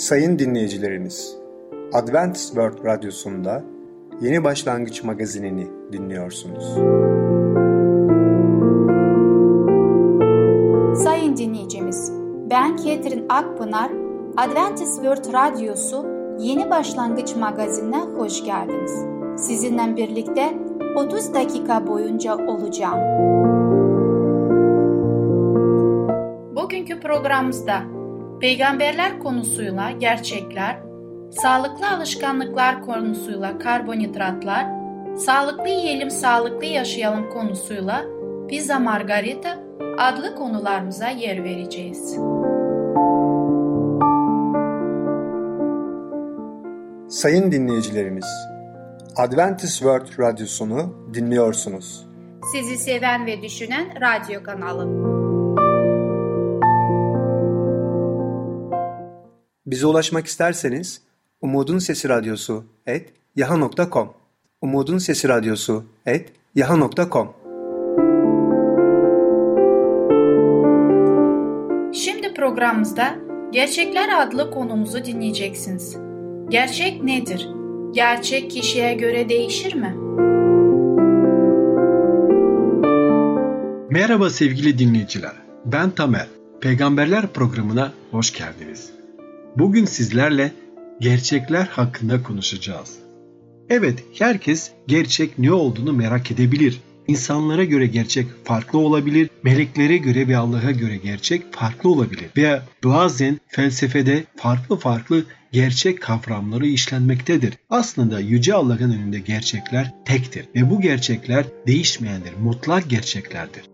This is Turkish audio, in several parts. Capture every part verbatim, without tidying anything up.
Sayın dinleyicilerimiz, Adventist World Radyosu'nda Yeni Başlangıç Magazinini dinliyorsunuz. Sayın dinleyicimiz, ben Ketrin Akpınar, Adventist World Radyosu Yeni Başlangıç Magazinine hoş geldiniz. Sizinle birlikte otuz dakika boyunca olacağım. Bugünkü programımızda peygamberler konusuyla gerçekler, sağlıklı alışkanlıklar konusuyla karbonhidratlar, sağlıklı yiyelim, sağlıklı yaşayalım konusuyla Pizza Margarita adlı konularımıza yer vereceğiz. Sayın dinleyicilerimiz, Adventist World Radyosunu dinliyorsunuz. Sizi seven ve düşünen radyo kanalı. Bize ulaşmak isterseniz Umutun Sesi Radyosu et yaha nokta com Umutun Sesi Radyosu et yaha nokta com. Şimdi programımızda Gerçekler adlı konumuzu dinleyeceksiniz. Gerçek nedir? Gerçek kişiye göre değişir mi? Merhaba sevgili dinleyiciler. Ben Tamer. Peygamberler programına hoş geldiniz. Bugün sizlerle gerçekler hakkında konuşacağız. Evet, herkes gerçek ne olduğunu merak edebilir. İnsanlara göre gerçek farklı olabilir, meleklere göre ve Allah'a göre gerçek farklı olabilir. Veya bazen felsefede farklı farklı gerçek kavramları işlenmektedir. Aslında Yüce Allah'ın önünde gerçekler tektir ve bu gerçekler değişmeyendir, mutlak gerçeklerdir.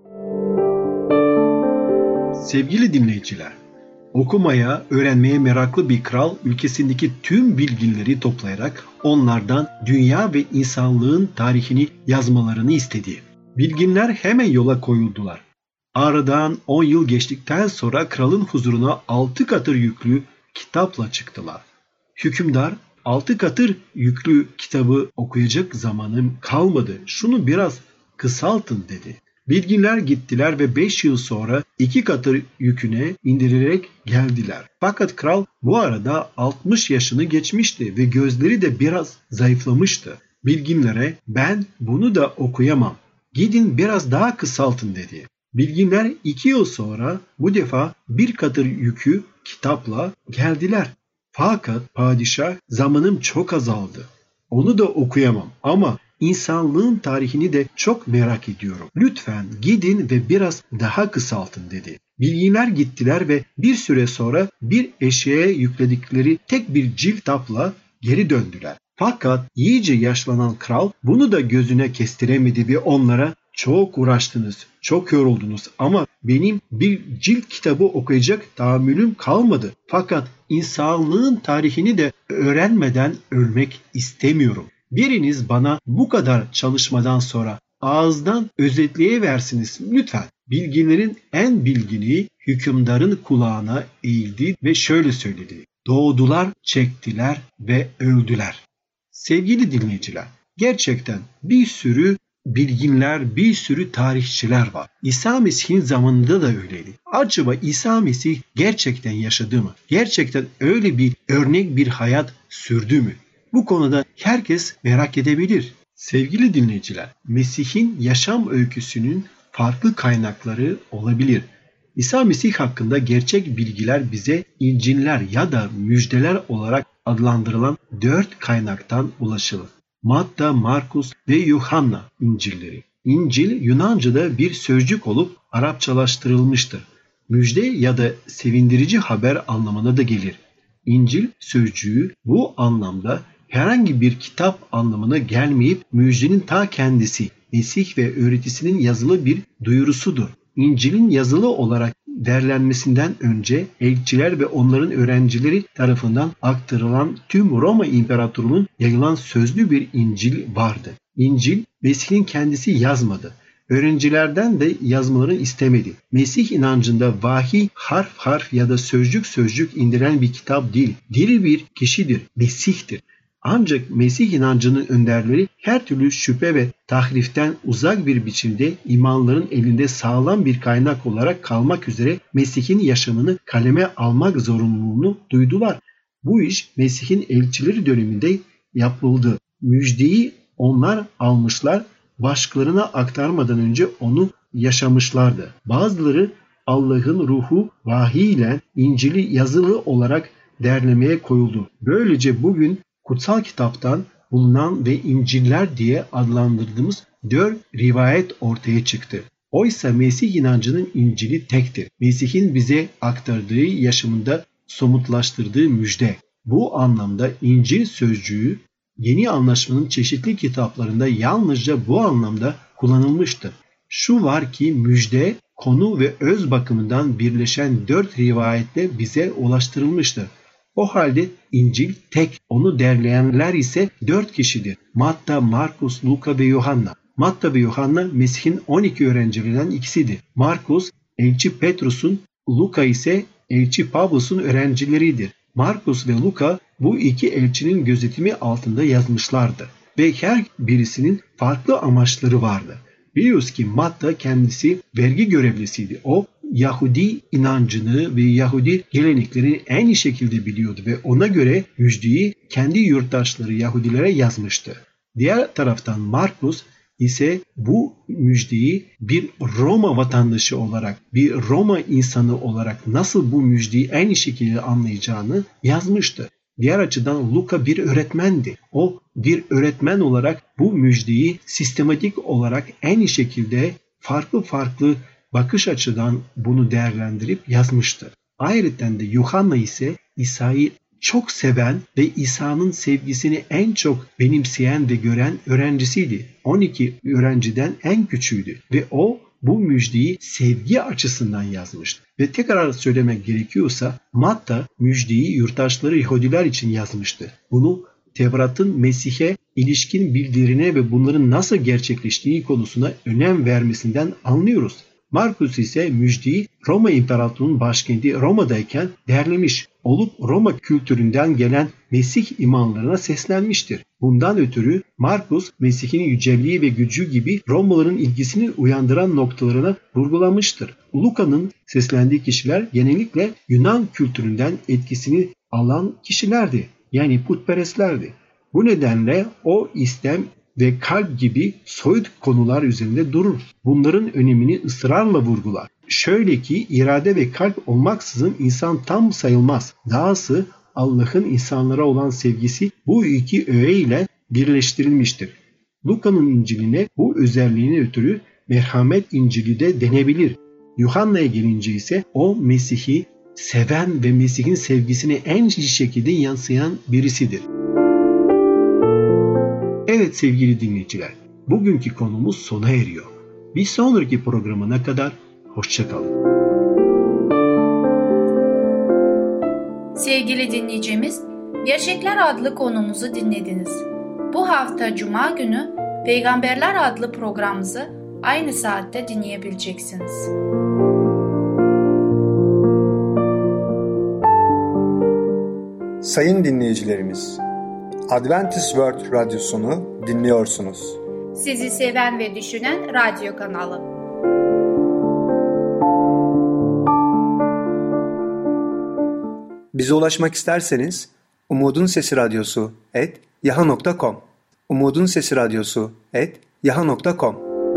Sevgili dinleyiciler, okumaya, öğrenmeye meraklı bir kral ülkesindeki tüm bilginleri toplayarak onlardan dünya ve insanlığın tarihini yazmalarını istedi. Bilginler hemen yola koyuldular. Aradan on yıl geçtikten sonra kralın huzuruna altı katır yüklü kitapla çıktılar. Hükümdar, altı katır yüklü kitabı okuyacak zamanım kalmadı, şunu biraz kısaltın dedi. Bilginler gittiler ve beş yıl sonra iki katır yüküne indirilerek geldiler. Fakat kral bu arada altmış yaşını geçmişti ve gözleri de biraz zayıflamıştı. Bilginlere ben bunu da okuyamam, gidin biraz daha kısaltın dedi. Bilginler iki yıl sonra bu defa bir katır yükü kitapla geldiler. Fakat padişah zamanım çok azaldı, onu da okuyamam ama İnsanlığın tarihini de çok merak ediyorum. Lütfen gidin ve biraz daha kısaltın dedi. Bilginler gittiler ve bir süre sonra bir eşeğe yükledikleri tek bir cilt kitapla geri döndüler. Fakat iyice yaşlanan kral bunu da gözüne kestiremedi ve onlara çok uğraştınız, çok yoruldunuz ama benim bir cilt kitabı okuyacak tahammülüm kalmadı. Fakat insanlığın tarihini de öğrenmeden ölmek istemiyorum. Biriniz bana bu kadar çalışmadan sonra ağızdan özetleyiversiniz lütfen. Bilginlerin en bilgini hükümdarın kulağına eğildi ve şöyle söyledi. Doğdular, çektiler ve öldüler. Sevgili dinleyiciler, gerçekten bir sürü bilginler, bir sürü tarihçiler var. İsa Mesih'in zamanında da öyleydi. Acaba İsa Mesih gerçekten yaşadı mı? Gerçekten öyle bir örnek bir hayat sürdü mü? Bu konuda herkes merak edebilir. Sevgili dinleyiciler, Mesih'in yaşam öyküsünün farklı kaynakları olabilir. İsa Mesih hakkında gerçek bilgiler bize İncil'ler ya da müjdeler olarak adlandırılan dört kaynaktan ulaşılır. Matta, Markus ve Yuhanna İncil'leri. İncil Yunanca'da bir sözcük olup Arapçalaştırılmıştır. Müjde ya da sevindirici haber anlamına da gelir. İncil sözcüğü bu anlamda herhangi bir kitap anlamına gelmeyip müjdenin ta kendisi, Mesih ve öğretisinin yazılı bir duyurusudur. İncil'in yazılı olarak derlenmesinden önce elçiler ve onların öğrencileri tarafından aktarılan tüm Roma İmparatorluğu'nun yayılan sözlü bir İncil vardı. İncil Mesih'in kendisi yazmadı. Öğrencilerden de yazmalarını istemedi. Mesih inancında vahiy harf harf ya da sözcük sözcük indiren bir kitap değil. Diri bir kişidir, Mesih'tir. Ancak Mesih inancının önderleri her türlü şüphe ve tahriften uzak bir biçimde imanların elinde sağlam bir kaynak olarak kalmak üzere Mesih'in yaşamını kaleme almak zorunluluğunu duydular. Bu iş Mesih'in elçileri döneminde yapıldı. Müjdeyi onlar almışlar, başkalarına aktarmadan önce onu yaşamışlardı. Bazıları Allah'ın ruhu vahiy ile İncil'i yazılı olarak derlemeye koyuldu. Böylece bugün kutsal kitaptan bulunan ve İncil'ler diye adlandırdığımız dört rivayet ortaya çıktı. Oysa Mesih inancının İncil'i tektir. Mesih'in bize aktardığı, yaşamında somutlaştırdığı müjde. Bu anlamda İncil sözcüğü Yeni Anlaşmanın çeşitli kitaplarında yalnızca bu anlamda kullanılmıştır. Şu var ki müjde konu ve öz bakımından birleşen dört rivayetle bize ulaştırılmıştır. O halde İncil tek, onu derleyenler ise dört kişidir. Matta, Markus, Luka ve Yuhanna. Matta ve Yuhanna Mesih'in on iki öğrencilerinden ikisidir. Markus, elçi Petrus'un, Luka ise elçi Pavlus'un öğrencileridir. Markus ve Luka bu iki elçinin gözetimi altında yazmışlardı ve her birisinin farklı amaçları vardı. Biliyoruz ki Matta kendisi vergi görevlisiydi. O Yahudi inancını ve Yahudi geleneklerini en iyi şekilde biliyordu ve ona göre müjdeyi kendi yurttaşları Yahudilere yazmıştı. Diğer taraftan Markus ise bu müjdeyi bir Roma vatandaşı olarak, bir Roma insanı olarak nasıl bu müjdeyi en iyi şekilde anlayacağını yazmıştı. Diğer açıdan Luka bir öğretmendi. O bir öğretmen olarak bu müjdeyi sistematik olarak en iyi şekilde farklı farklı bakış açıdan bunu değerlendirip yazmıştır. Ayrıca de Yuhanna ise İsa'yı çok seven ve İsa'nın sevgisini en çok benimseyen ve gören öğrencisiydi. on iki öğrenciden en küçüğüydü ve o bu müjdeyi sevgi açısından yazmıştı. Ve tekrar söylemek gerekiyorsa Matta müjdeyi yurttaşları Yahudiler için yazmıştı. Bunu Tevrat'ın Mesih'e ilişkin bildirine ve bunların nasıl gerçekleştiği konusuna önem vermesinden anlıyoruz. Markus ise müjdeyi Roma İmparatorluğu'nun başkenti Roma'dayken derlemiş olup Roma kültüründen gelen Mesih imanlarına seslenmiştir. Bundan ötürü Markus Mesih'in yücelliği ve gücü gibi Romalıların ilgisini uyandıran noktalarına vurgulamıştır. Luka'nın seslendiği kişiler genellikle Yunan kültüründen etkisini alan kişilerdi. Yani putperestlerdi. Bu nedenle o istem ve kalp gibi soyut konular üzerinde durur. Bunların önemini ısrarla vurgular. Şöyle ki irade ve kalp olmaksızın insan tam sayılmaz. Dahası Allah'ın insanlara olan sevgisi bu iki öğe ile birleştirilmiştir. Luka'nın İncil'ine bu özelliğine ötürü merhamet İncil'i de denebilir. Yuhanna'ya gelince ise o Mesih'i seven ve Mesih'in sevgisini en iyi şekilde yansıyan birisidir. Evet sevgili dinleyiciler, bugünkü konumuz sona eriyor. Bir sonraki programına kadar hoşça kalın. Sevgili dinleyicimiz, Gerçekler adlı konumuzu dinlediniz. Bu hafta Cuma günü Peygamberler adlı programımızı aynı saatte dinleyebileceksiniz. Sayın dinleyicilerimiz, Adventist World Radyosunu dinliyorsunuz. Sizi seven ve düşünen radyo kanalı. Bize ulaşmak isterseniz Umutun Sesi Radyosu et yaha nokta com Umutun Sesi Radyosu et yaha nokta com.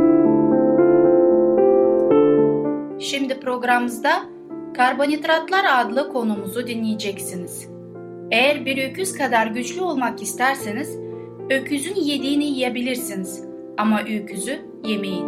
Şimdi programımızda Karbonhidratlar adlı konumuzu dinleyeceksiniz. Eğer bir öküz kadar güçlü olmak isterseniz, öküzün yediğini yiyebilirsiniz ama öküzü yemeyin.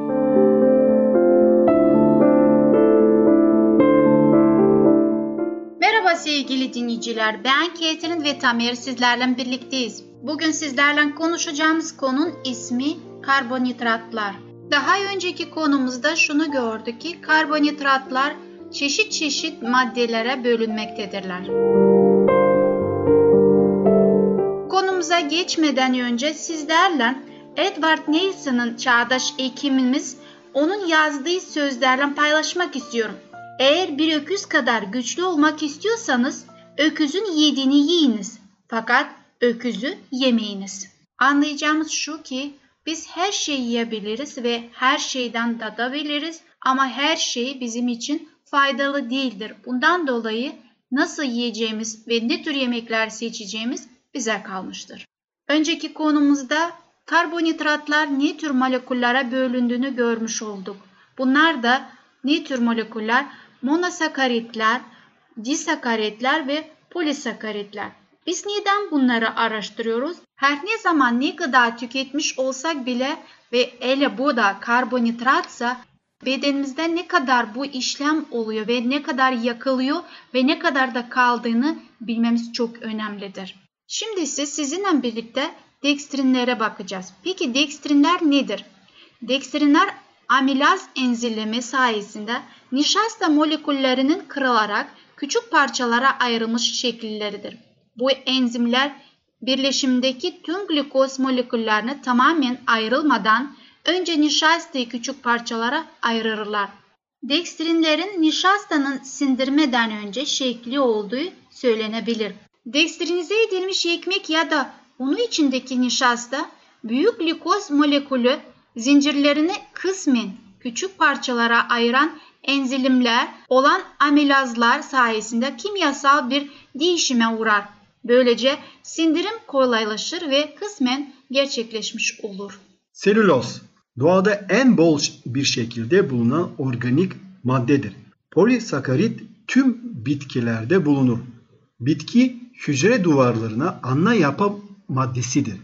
Merhaba sevgili dinleyiciler, ben Ketrin ve Tamer sizlerle birlikteyiz. Bugün sizlerle konuşacağımız konunun ismi karbonhidratlar. Daha önceki konumuzda şunu gördük ki karbonhidratlar çeşit çeşit maddelere bölünmektedirler. Konumuza geçmeden önce sizlerle Edward Nelson'ın çağdaş hekimimiz onun yazdığı sözlerle paylaşmak istiyorum. Eğer bir öküz kadar güçlü olmak istiyorsanız öküzün yediğini yiyiniz. Fakat öküzü yemeyiniz. Anlayacağımız şu ki biz her şeyi yiyebiliriz ve her şeyden tadabiliriz ama her şey bizim için faydalı değildir. Bundan dolayı nasıl yiyeceğimiz ve ne tür yemekler seçeceğimiz bize kalmıştır. Önceki konumuzda karbonhidratlar ne tür moleküllere bölündüğünü görmüş olduk. Bunlar da ne tür moleküller? Monosakaritler, disakaritler ve polisakaritler. Biz neden bunları araştırıyoruz? Her ne zaman ne kadar tüketmiş olsak bile ve hele bu da karbonhidratsa bedenimizde ne kadar bu işlem oluyor ve ne kadar yakılıyor ve ne kadar da kaldığını bilmemiz çok önemlidir. Şimdi ise sizinle birlikte dekstrinlere bakacağız. Peki dekstrinler nedir? Dekstrinler amilaz enzimi sayesinde nişasta moleküllerinin kırılarak küçük parçalara ayrılmış şekilleridir. Bu enzimler birleşimdeki tüm glikoz moleküllerini tamamen ayrılmadan önce nişastayı küçük parçalara ayırırlar. Dekstrinlerin nişastanın sindirmeden önce şekli olduğu söylenebilir. Dekstrinize edilmiş ekmek ya da unu içindeki nişasta büyük glikoz molekülü zincirlerini kısmen küçük parçalara ayıran enzimler olan amilazlar sayesinde kimyasal bir değişime uğrar. Böylece sindirim kolaylaşır ve kısmen gerçekleşmiş olur. Selüloz, doğada en bol bir şekilde bulunan organik maddedir. Polisakarit tüm bitkilerde bulunur. Bitki hücre duvarlarına ana yapı maddesidir.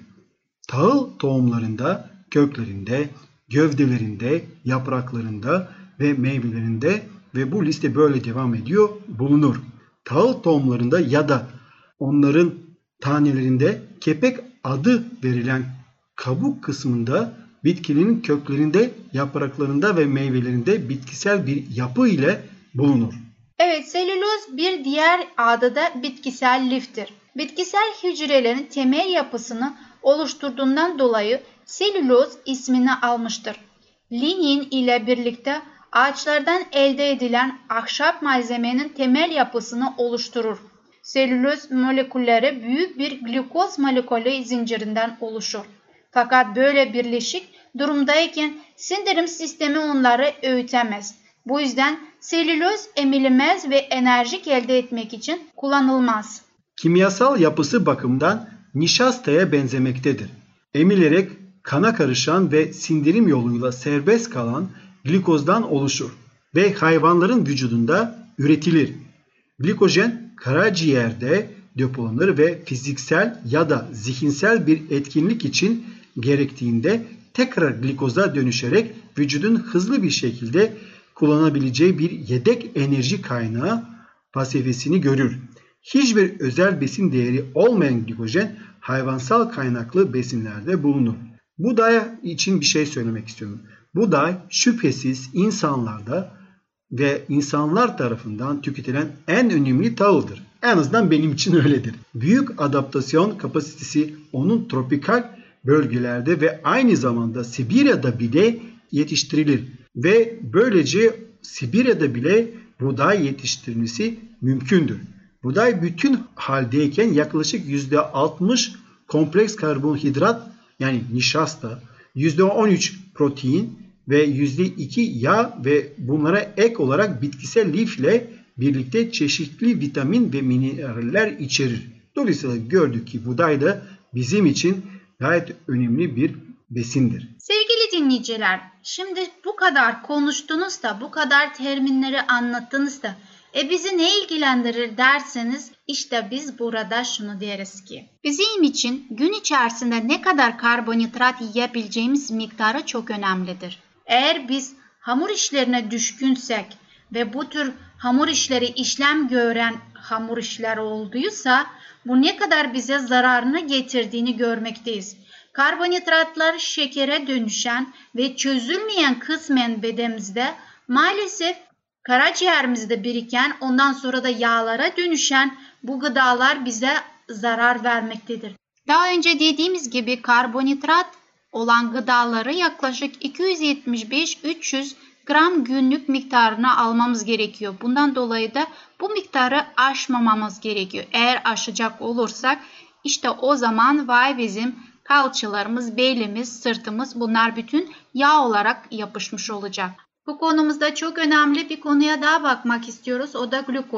Tahıl tohumlarında, köklerinde, gövdelerinde, yapraklarında ve meyvelerinde ve bu liste böyle devam ediyor bulunur. Tahıl tohumlarında ya da onların tanelerinde kepek adı verilen kabuk kısmında, bitkinin köklerinde, yapraklarında ve meyvelerinde bitkisel bir yapı ile bulunur. Evet, selüloz bir diğer adı da bitkisel liftir. Bitkisel hücrelerin temel yapısını oluşturduğundan dolayı selüloz ismini almıştır. Lignin ile birlikte ağaçlardan elde edilen ahşap malzemenin temel yapısını oluşturur. Selüloz molekülleri büyük bir glikoz molekülü zincirinden oluşur. Fakat böyle birleşik durumdayken sindirim sistemi onları öğütemez. Bu yüzden selüloz emilemez ve enerjik elde etmek için kullanılmaz. Kimyasal yapısı bakımından nişastaya benzemektedir. Emilerek kana karışan ve sindirim yoluyla serbest kalan glikozdan oluşur ve hayvanların vücudunda üretilir. Glikojen karaciğerde depolanır ve fiziksel ya da zihinsel bir etkinlik için gerektiğinde tekrar glikoza dönüşerek vücudun hızlı bir şekilde kullanabileceği bir yedek enerji kaynağı vazifesini görür. Hiçbir özel besin değeri olmayan glikojen hayvansal kaynaklı besinlerde bulunur. Buğday için bir şey söylemek istiyorum. Buğday şüphesiz insanlarda ve insanlar tarafından tüketilen en önemli tahıldır. En azından benim için öyledir. Büyük adaptasyon kapasitesi onun tropikal bölgelerde ve aynı zamanda Sibirya'da bile yetiştirilir. Ve böylece Sibirya'da bile buğday yetiştirilmesi mümkündür. Buğday bütün haldeyken yaklaşık yüzde altmış kompleks karbonhidrat yani nişasta, yüzde on üç protein ve yüzde iki yağ ve bunlara ek olarak bitkisel lif ile birlikte çeşitli vitamin ve mineraller içerir. Dolayısıyla gördük ki buğday da bizim için gayet önemli bir besindir. Sevgili dinleyiciler, şimdi bu kadar konuştunuz da, bu kadar terimleri anlattınız da, e bizi ne ilgilendirir derseniz, işte biz burada şunu deriz ki, bizim için gün içerisinde ne kadar karbonhidrat yiyebileceğimiz miktarı çok önemlidir. Eğer biz hamur işlerine düşkünsek ve bu tür hamur işleri işlem gören hamur işleri olduysa, bu ne kadar bize zararını getirdiğini görmekteyiz. Karbonhidratlar şekere dönüşen ve çözülmeyen kısmen bedenimizde maalesef karaciğerimizde biriken, ondan sonra da yağlara dönüşen bu gıdalar bize zarar vermektedir. Daha önce dediğimiz gibi karbonhidrat olan gıdaları yaklaşık iki yüz yetmiş beş üç yüz gram günlük miktarına almamız gerekiyor. Bundan dolayı da bu miktarı aşmamamız gerekiyor. Eğer aşacak olursak işte o zaman vay bizim kalçalarımız, belimiz, sırtımız bunlar bütün yağ olarak yapışmış olacak. Bu konumuzda çok önemli bir konuya daha bakmak istiyoruz. O da glukoz.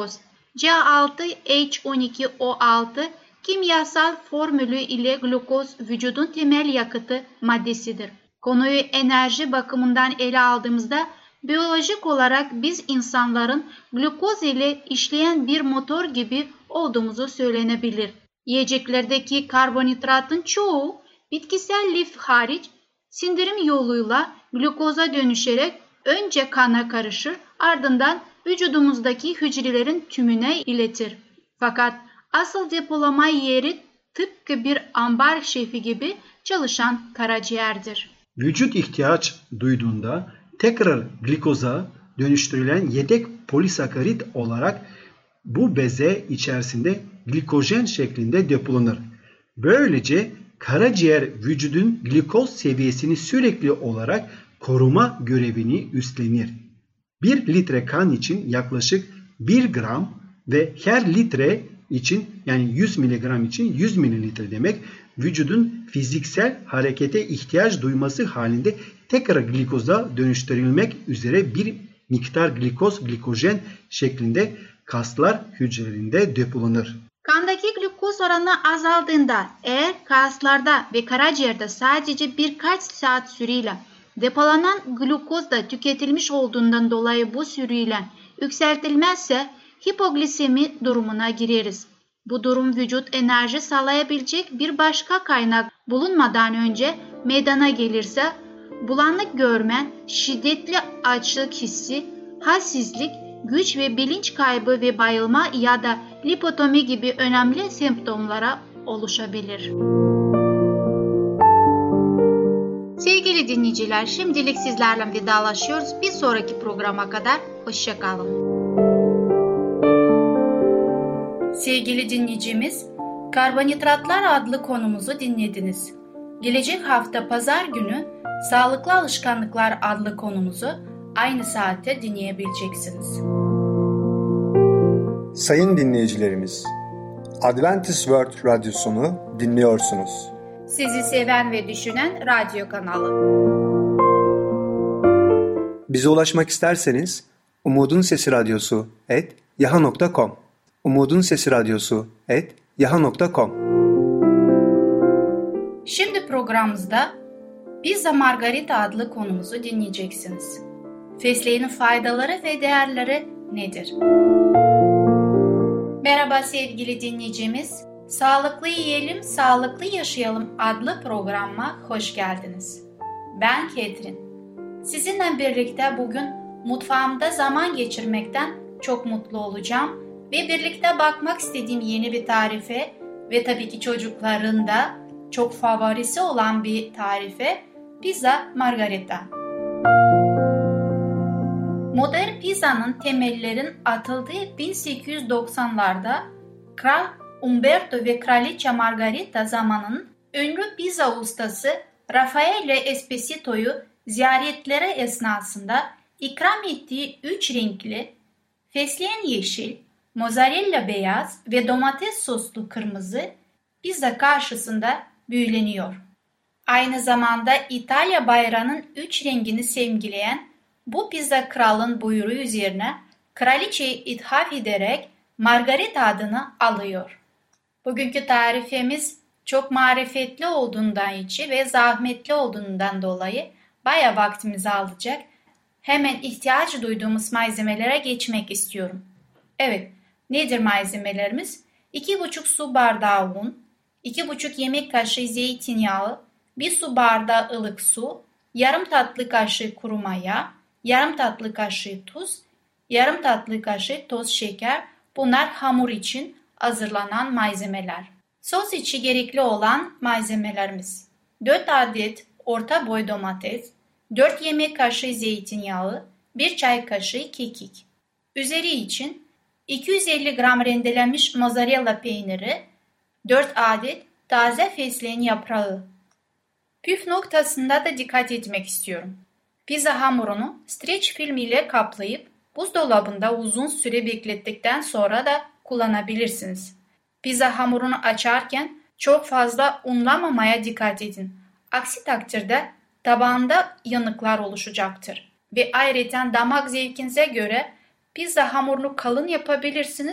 C altı H on iki O altı kimyasal formülü ile glukoz vücudun temel yakıtı maddesidir. Konuyu enerji bakımından ele aldığımızda biyolojik olarak biz insanların glukoz ile işleyen bir motor gibi olduğumuzu söylenebilir. Yiyeceklerdeki karbonhidratın çoğu bitkisel lif hariç sindirim yoluyla glukoza dönüşerek önce kana karışır, ardından vücudumuzdaki hücrelerin tümüne iletir. Fakat asıl depolama yeri tıpkı bir ambar şefi gibi çalışan karaciğerdir. Vücut ihtiyaç duyduğunda tekrar glikoza dönüştürülen yedek polisakarit olarak bu beze içerisinde glikojen şeklinde depolanır. Böylece karaciğer vücudun glikoz seviyesini sürekli olarak koruma görevini üstlenir. bir litre kan için yaklaşık bir gram ve her litre için yani yüz miligram için yüz mililitre demek vücudun fiziksel harekete ihtiyaç duyması halinde tekrar glikoza dönüştürülmek üzere bir miktar glikoz glikojen şeklinde kaslar hücrelerinde depolanır. Kandaki glukoz oranı azaldığında eğer kaslarda ve karaciğerde sadece birkaç saat süreyle depolanan glukoz da tüketilmiş olduğundan dolayı bu süreyle yükseltilmezse hipoglisemi durumuna gireriz. Bu durum vücut enerji sağlayabilecek bir başka kaynak bulunmadan önce meydana gelirse bulanık görme, şiddetli açlık hissi, halsizlik, güç ve bilinç kaybı ve bayılma ya da lipotomi gibi önemli semptomlara oluşabilir. Sevgili dinleyiciler, şimdilik sizlerle vedalaşıyoruz. Bir sonraki programa kadar hoşça kalın. Sevgili dinleyicimiz, Karbonhidratlar adlı konumuzu dinlediniz. Gelecek hafta pazar günü Sağlıklı Alışkanlıklar adlı konumuzu aynı saatte dinleyebileceksiniz. Sayın dinleyicilerimiz, Adventist World Radyosunu dinliyorsunuz. Sizi seven ve düşünen radyo kanalı. Bize ulaşmak isterseniz Umutun Sesi Radyosu et yaha nokta com Umutun Sesi Radyosu et yaha nokta com. Şimdi programımızda Pizza Margarita adlı konumuzu dinleyeceksiniz. Fesleğenin faydaları ve değerleri nedir? Merhaba sevgili dinleyicimiz. Sağlıklı Yiyelim, Sağlıklı Yaşayalım adlı programa hoş geldiniz. Ben Ketrin. Sizinle birlikte bugün mutfağımda zaman geçirmekten çok mutlu olacağım ve birlikte bakmak istediğim yeni bir tarife ve tabii ki çocukların da çok favorisi olan bir tarife Pizza Margarita. Modern pizzanın temellerin atıldığı bin sekiz yüz doksanlarda Kral Umberto ve Kraliçe Margarita zamanının ünlü pizza ustası Raffaele Esposito'yu ziyaretleri esnasında ikram ettiği üç renkli fesleğen yeşil, mozzarella beyaz ve domates soslu kırmızı pizza karşısında büyüleniyor. Aynı zamanda İtalya bayrağının üç rengini simgeleyen bu pizza kralın buyruğu üzerine kraliçeyi ithaf ederek Margarita adını alıyor. Bugünkü tarifimiz çok marifetli olduğundan içi ve zahmetli olduğundan dolayı bayağı vaktimizi alacak. Hemen ihtiyaç duyduğumuz malzemelere geçmek istiyorum. Evet, nedir malzemelerimiz? iki buçuk su bardağı un, iki buçuk yemek kaşığı zeytinyağı, bir su bardağı ılık su, yarım tatlı kaşığı kuru maya, yarım tatlı kaşığı tuz, yarım tatlı kaşığı toz şeker. Bunlar hamur için hazırlanan malzemeler. Sos için gerekli olan malzemelerimiz: dört adet orta boy domates, dört yemek kaşığı zeytinyağı, bir çay kaşığı kekik. Üzeri için iki yüz elli gram rendelenmiş mozzarella peyniri, dört adet taze fesleğen yaprağı. Püf noktasında da dikkat etmek istiyorum. Pizza hamurunu streç film ile kaplayıp buzdolabında uzun süre beklettikten sonra da kullanabilirsiniz. Pizza hamurunu açarken çok fazla unlamamaya dikkat edin. Aksi takdirde tabağında yanıklar oluşacaktır. Ve ayrıca damak zevkinize göre pizza hamurunu kalın yapabilirsiniz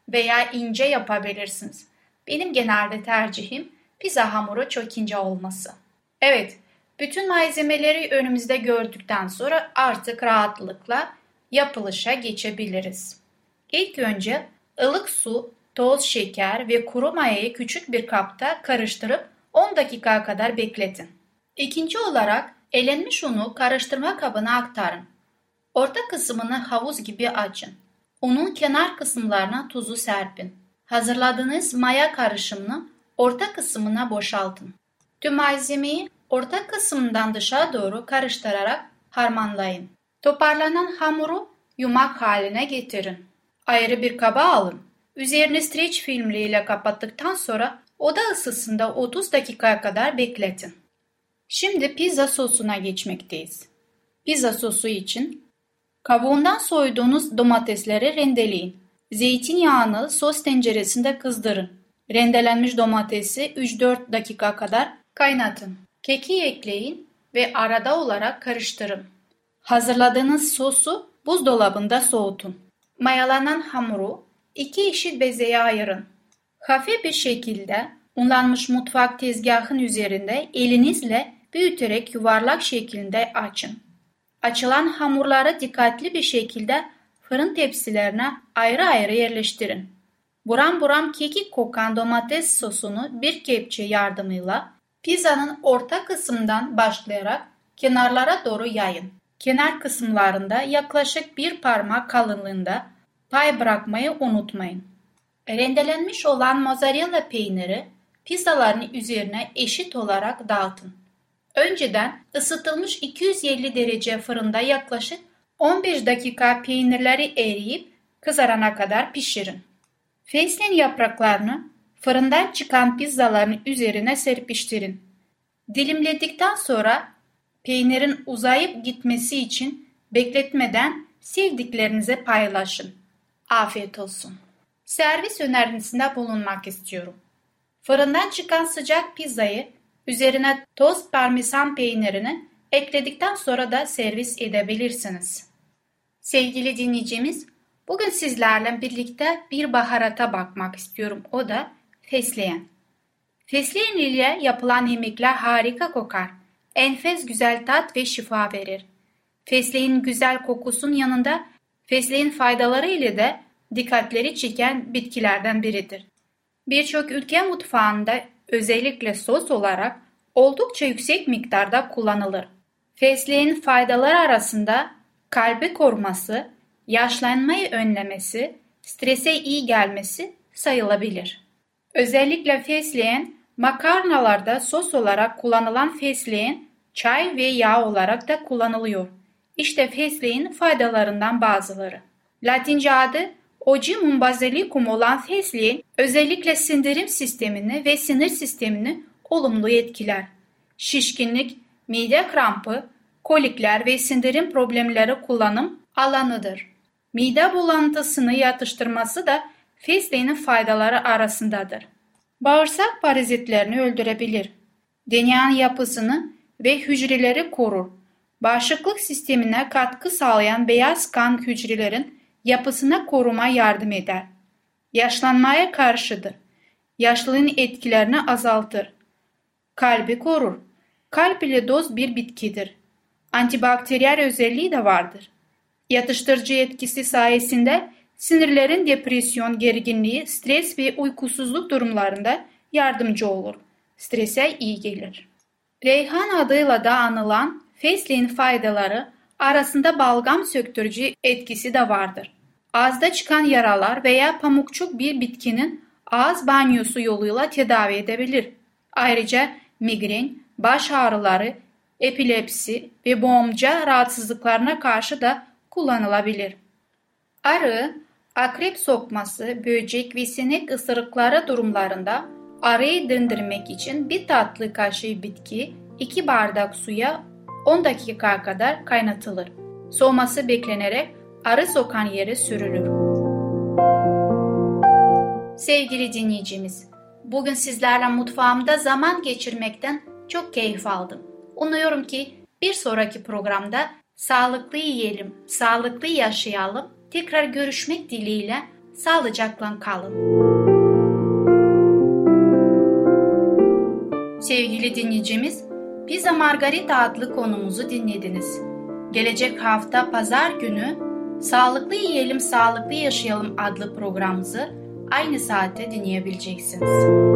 veya ince yapabilirsiniz. Benim genelde tercihim pizza hamuru çok ince olması. Evet, bütün malzemeleri önümüzde gördükten sonra artık rahatlıkla yapılışa geçebiliriz. İlk önce ılık su, toz şeker ve kuru mayayı küçük bir kapta karıştırıp on dakika kadar bekletin. İkinci olarak elenmiş unu karıştırma kabına aktarın. Orta kısmını havuz gibi açın. Unun kenar kısımlarına tuzu serpin. Hazırladığınız maya karışımını orta kısmına boşaltın. Tüm malzemeyi orta kısmından dışa doğru karıştırarak harmanlayın. Toparlanan hamuru yumak haline getirin. Ayrı bir kaba alın. Üzerini streç filmle kapattıktan sonra oda ısısında otuz dakika kadar bekletin. Şimdi pizza sosuna geçmekteyiz. Pizza sosu için kabuğundan soyduğunuz domatesleri rendeleyin. Zeytinyağını sos tenceresinde kızdırın. Rendelenmiş domatesi üç dört dakika kadar kaynatın. Keki ekleyin ve arada olarak karıştırın. Hazırladığınız sosu buzdolabında soğutun. Mayalanan hamuru iki eşit bezeye ayırın. Hafif bir şekilde unlanmış mutfak tezgahın üzerinde elinizle büyüterek yuvarlak şeklinde açın. Açılan hamurları dikkatli bir şekilde fırın tepsilerine ayrı ayrı yerleştirin. Buram buram kekik kokan domates sosunu bir kepçe yardımıyla pizzanın orta kısmından başlayarak kenarlara doğru yayın. Kenar kısımlarında yaklaşık bir parmak kalınlığında pay bırakmayı unutmayın. Rendelenmiş olan mozzarella peyniri pizzaların üzerine eşit olarak dağıtın. Önceden ısıtılmış iki yüz elli derece fırında yaklaşık on beş dakika peynirleri eriyip kızarana kadar pişirin. Fesleğen yapraklarını fırından çıkan pizzaların üzerine serpiştirin. Dilimledikten sonra peynirin uzayıp gitmesi için bekletmeden sevdiklerinize paylaşın. Afiyet olsun. Servis önerisinde bulunmak istiyorum. Fırından çıkan sıcak pizzayı üzerine toz parmesan peynirini ekledikten sonra da servis edebilirsiniz. Sevgili dinleyicimiz, bugün sizlerle birlikte bir baharata bakmak istiyorum. O da fesleğen. Fesleğen ile yapılan yemekler harika kokar. Enfes güzel tat ve şifa verir. Fesleğin güzel kokusunun yanında fesleğin faydaları ile de dikkatleri çeken bitkilerden biridir. Birçok ülke mutfağında özellikle sos olarak oldukça yüksek miktarda kullanılır. Fesleğin faydaları arasında kalbi koruması, yaşlanmayı önlemesi, strese iyi gelmesi sayılabilir. Özellikle fesleğen makarnalarda sos olarak kullanılan fesleğen çay ve yağ olarak da kullanılıyor. İşte fesleğin faydalarından bazıları. Latince adı Ogium basilicum olan fesleğen özellikle sindirim sistemini ve sinir sistemini olumlu etkiler. Şişkinlik, mide krampı, kolikler ve sindirim problemleri kullanım alanıdır. Mide bulantısını yatıştırması da fesleğenin faydaları arasındadır. Bağırsak parazitlerini öldürebilir. D N A'nın yapısını ve hücreleri korur. Bağışıklık sistemine katkı sağlayan beyaz kan hücrelerin yapısına koruma yardım eder. Yaşlanmaya karşıdır. Yaşlılığın etkilerini azaltır. Kalbi korur. Kalp ile doz bir bitkidir. Antibakteriyel özelliği de vardır. Yatıştırıcı etkisi sayesinde sinirlerin depresyon, gerginliği, stres ve uykusuzluk durumlarında yardımcı olur. Strese iyi gelir. Reyhan adıyla da anılan fesleğen faydaları arasında balgam söktürücü etkisi de vardır. Ağızda çıkan yaralar veya pamukçuk bir bitkinin ağız banyosu yoluyla tedavi edebilir. Ayrıca migren, baş ağrıları, epilepsi ve boğumca rahatsızlıklarına karşı da kullanılabilir. Arı, akrep sokması, böcek ve sinek ısırıkları durumlarında arıyı dindirmek için bir tatlı kaşığı bitki iki bardak suya on dakika kadar kaynatılır. Soğuması beklenerek arı sokan yere sürülür. Sevgili dinleyicimiz, bugün sizlerle mutfağımda zaman geçirmekten çok keyif aldım. Umuyorum ki bir sonraki programda sağlıklı yiyelim, sağlıklı yaşayalım. Tekrar görüşmek dileğiyle Sağlıcakla kalın. Sevgili dinleyicimiz, Pizza Margarita adlı konumuzu dinlediniz. Gelecek hafta pazar günü Sağlıklı Yiyelim, Sağlıklı Yaşayalım adlı programımızı aynı saatte dinleyebileceksiniz.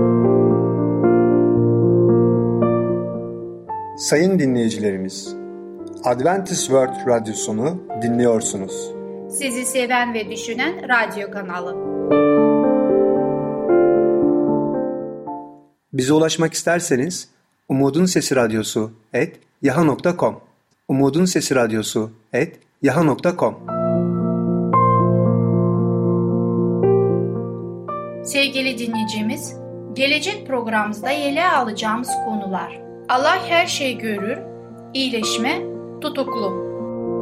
Sayın dinleyicilerimiz, Adventist World Radyosunu dinliyorsunuz. Sizi seven ve düşünen radyo kanalı. Bize ulaşmak isterseniz Umutun Sesi Radyosu et yaha nokta com Umutun Sesi Radyosu et yaha nokta com. Sevgili dinleyicimiz, gelecek programımızda ele alacağımız konular: Allah her şeyi görür, iyileşme, tutuklu.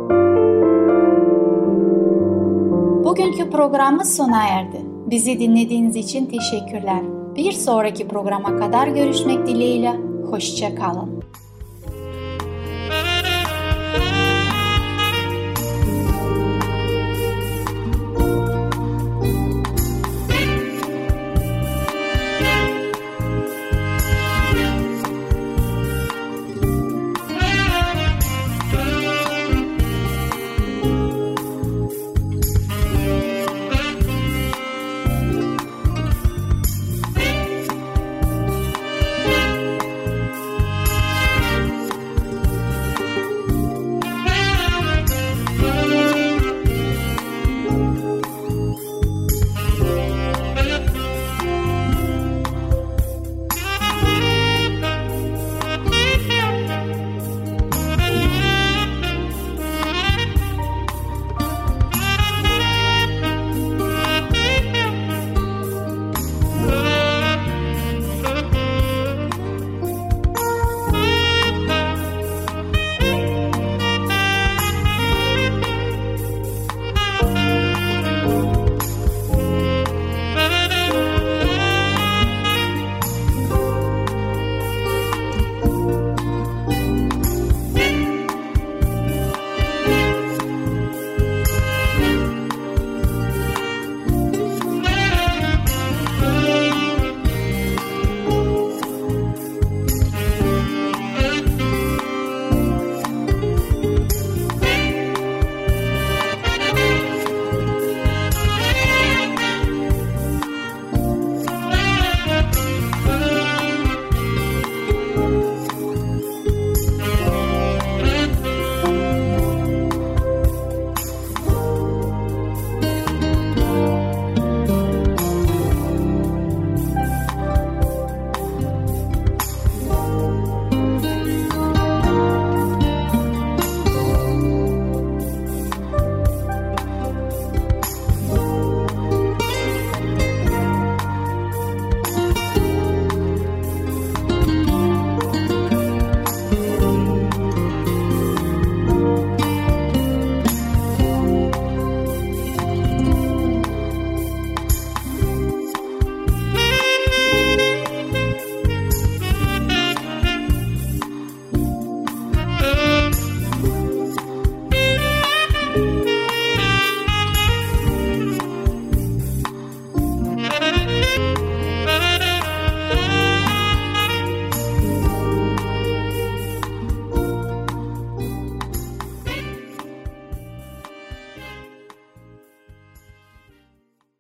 Bugünkü programımız sona erdi. Bizi dinlediğiniz için teşekkürler. Bir sonraki programa kadar görüşmek dileğiyle, hoşça kalın.